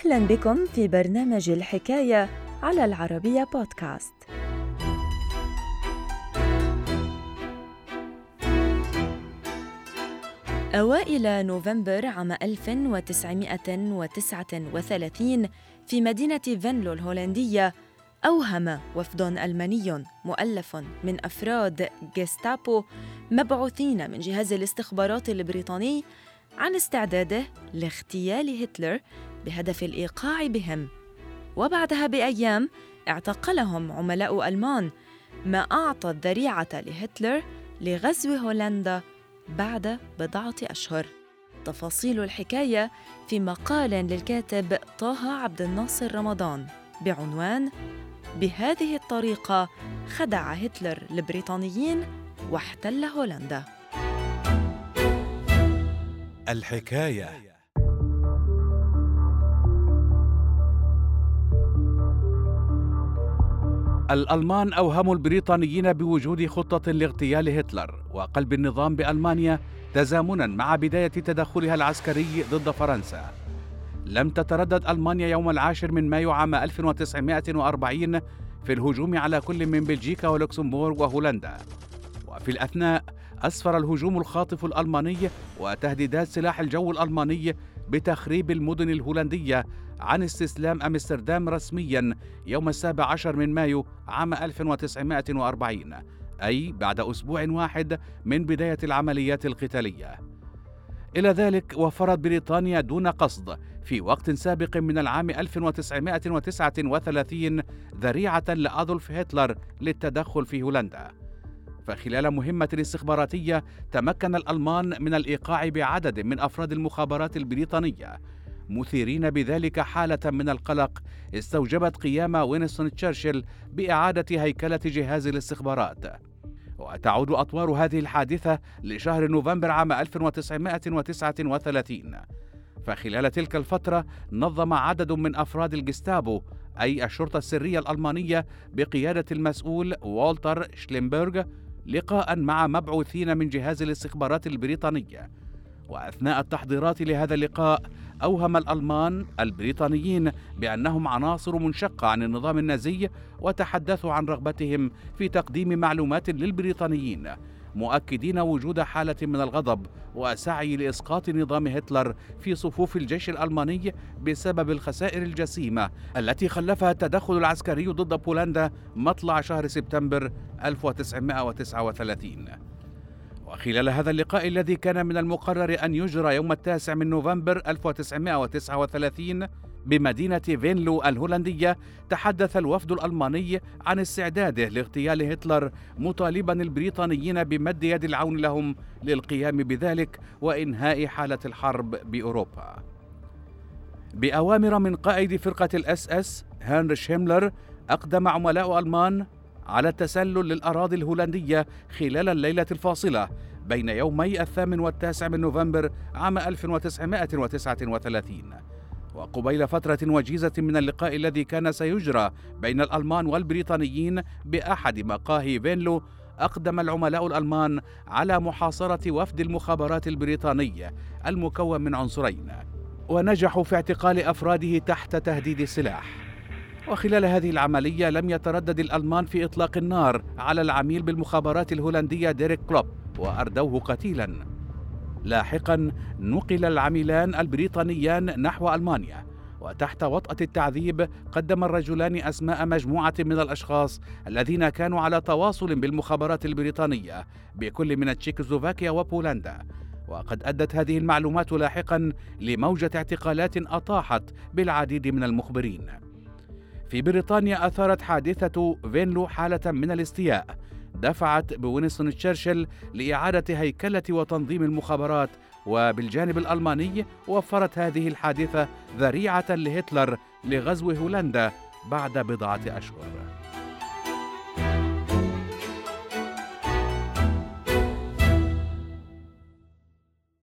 أهلاً بكم في برنامج الحكاية على العربية بودكاست. أوائل نوفمبر عام 1939 في مدينة فينلو الهولندية أوهم وفد ألماني مؤلف من أفراد جيستابو مبعوثين من جهاز الاستخبارات البريطاني عن استعداده لاغتيال هتلر بهدف الإيقاع بهم، وبعدها بأيام اعتقلهم عملاء ألمان، ما أعطى الذريعة لهتلر لغزو هولندا بعد بضعة أشهر. تفاصيل الحكاية في مقال للكاتب طه عبد الناصر رمضان بعنوان بهذه الطريقة خدع هتلر البريطانيين واحتل هولندا. الحكاية. الألمان أوهموا البريطانيين بوجود خطة لاغتيال هتلر وقلب النظام بألمانيا تزامناً مع بداية تدخلها العسكري ضد فرنسا. لم تتردد ألمانيا يوم 10 من مايو عام 1940 في الهجوم على كل من بلجيكا ولوكسمبورغ وهولندا، وفي الأثناء أسفر الهجوم الخاطف الألماني وتهديدات سلاح الجو الألماني بتخريب المدن الهولندية عن استسلام أمستردام رسمياً يوم 17 من مايو عام 1940، أي بعد أسبوع واحد من بداية العمليات القتالية. إلى ذلك وفرت بريطانيا دون قصد في وقت سابق من العام 1939 ذريعة لأدولف هتلر للتدخل في هولندا. فخلال مهمة استخباراتية تمكن الألمان من الإيقاع بعدد من أفراد المخابرات البريطانية، مثيرين بذلك حالة من القلق استوجبت قيام وينستون تشرشل بإعادة هيكلة جهاز الاستخبارات. وتعود أطوار هذه الحادثة لشهر نوفمبر عام 1939، فخلال تلك الفترة نظم عدد من أفراد الجستابو أي الشرطة السرية الألمانية بقيادة المسؤول والتر شلينبرغ لقاء مع مبعوثين من جهاز الاستخبارات البريطانية. وأثناء التحضيرات لهذا اللقاء أوهم الألمان البريطانيين بأنهم عناصر منشقة عن النظام النازي، وتحدثوا عن رغبتهم في تقديم معلومات للبريطانيين، مؤكدين وجود حالة من الغضب وسعي لإسقاط نظام هتلر في صفوف الجيش الألماني بسبب الخسائر الجسيمة التي خلفها التدخل العسكري ضد بولندا مطلع شهر سبتمبر 1939. وخلال هذا اللقاء الذي كان من المقرر أن يجرى يوم 9 من نوفمبر 1939 بمدينة فينلو الهولندية، تحدث الوفد الألماني عن استعداده لاغتيال هتلر، مطالبا البريطانيين بمد يد العون لهم للقيام بذلك وإنهاء حالة الحرب بأوروبا. بأوامر من قائد فرقة الSS هنريش هيملر، أقدم عملاء ألمان على التسلل للأراضي الهولندية خلال الليلة الفاصلة بين يومي 8 و9 من نوفمبر عام 1939. وقبيل فترة وجيزة من اللقاء الذي كان سيجرى بين الألمان والبريطانيين بأحد مقاهي فينلو، أقدم العملاء الألمان على محاصرة وفد المخابرات البريطانية المكون من عنصرين، ونجحوا في اعتقال أفراده تحت تهديد السلاح. وخلال هذه العملية لم يتردد الألمان في إطلاق النار على العميل بالمخابرات الهولندية ديريك كلوب وأردوه قتيلا. لاحقا نقل العميلان البريطانيان نحو ألمانيا، وتحت وطأة التعذيب قدم الرجلان أسماء مجموعة من الأشخاص الذين كانوا على تواصل بالمخابرات البريطانية بكل من تشيكوسلوفاكيا وبولندا. وقد أدت هذه المعلومات لاحقا لموجة اعتقالات أطاحت بالعديد من المخبرين. في بريطانيا أثارت حادثة فينلو حالة من الاستياء دفعت بوينستون تشرشل لإعادة هيكلة وتنظيم المخابرات، وبالجانب الألماني وفرت هذه الحادثة ذريعة لهتلر لغزو هولندا بعد بضعة أشهر.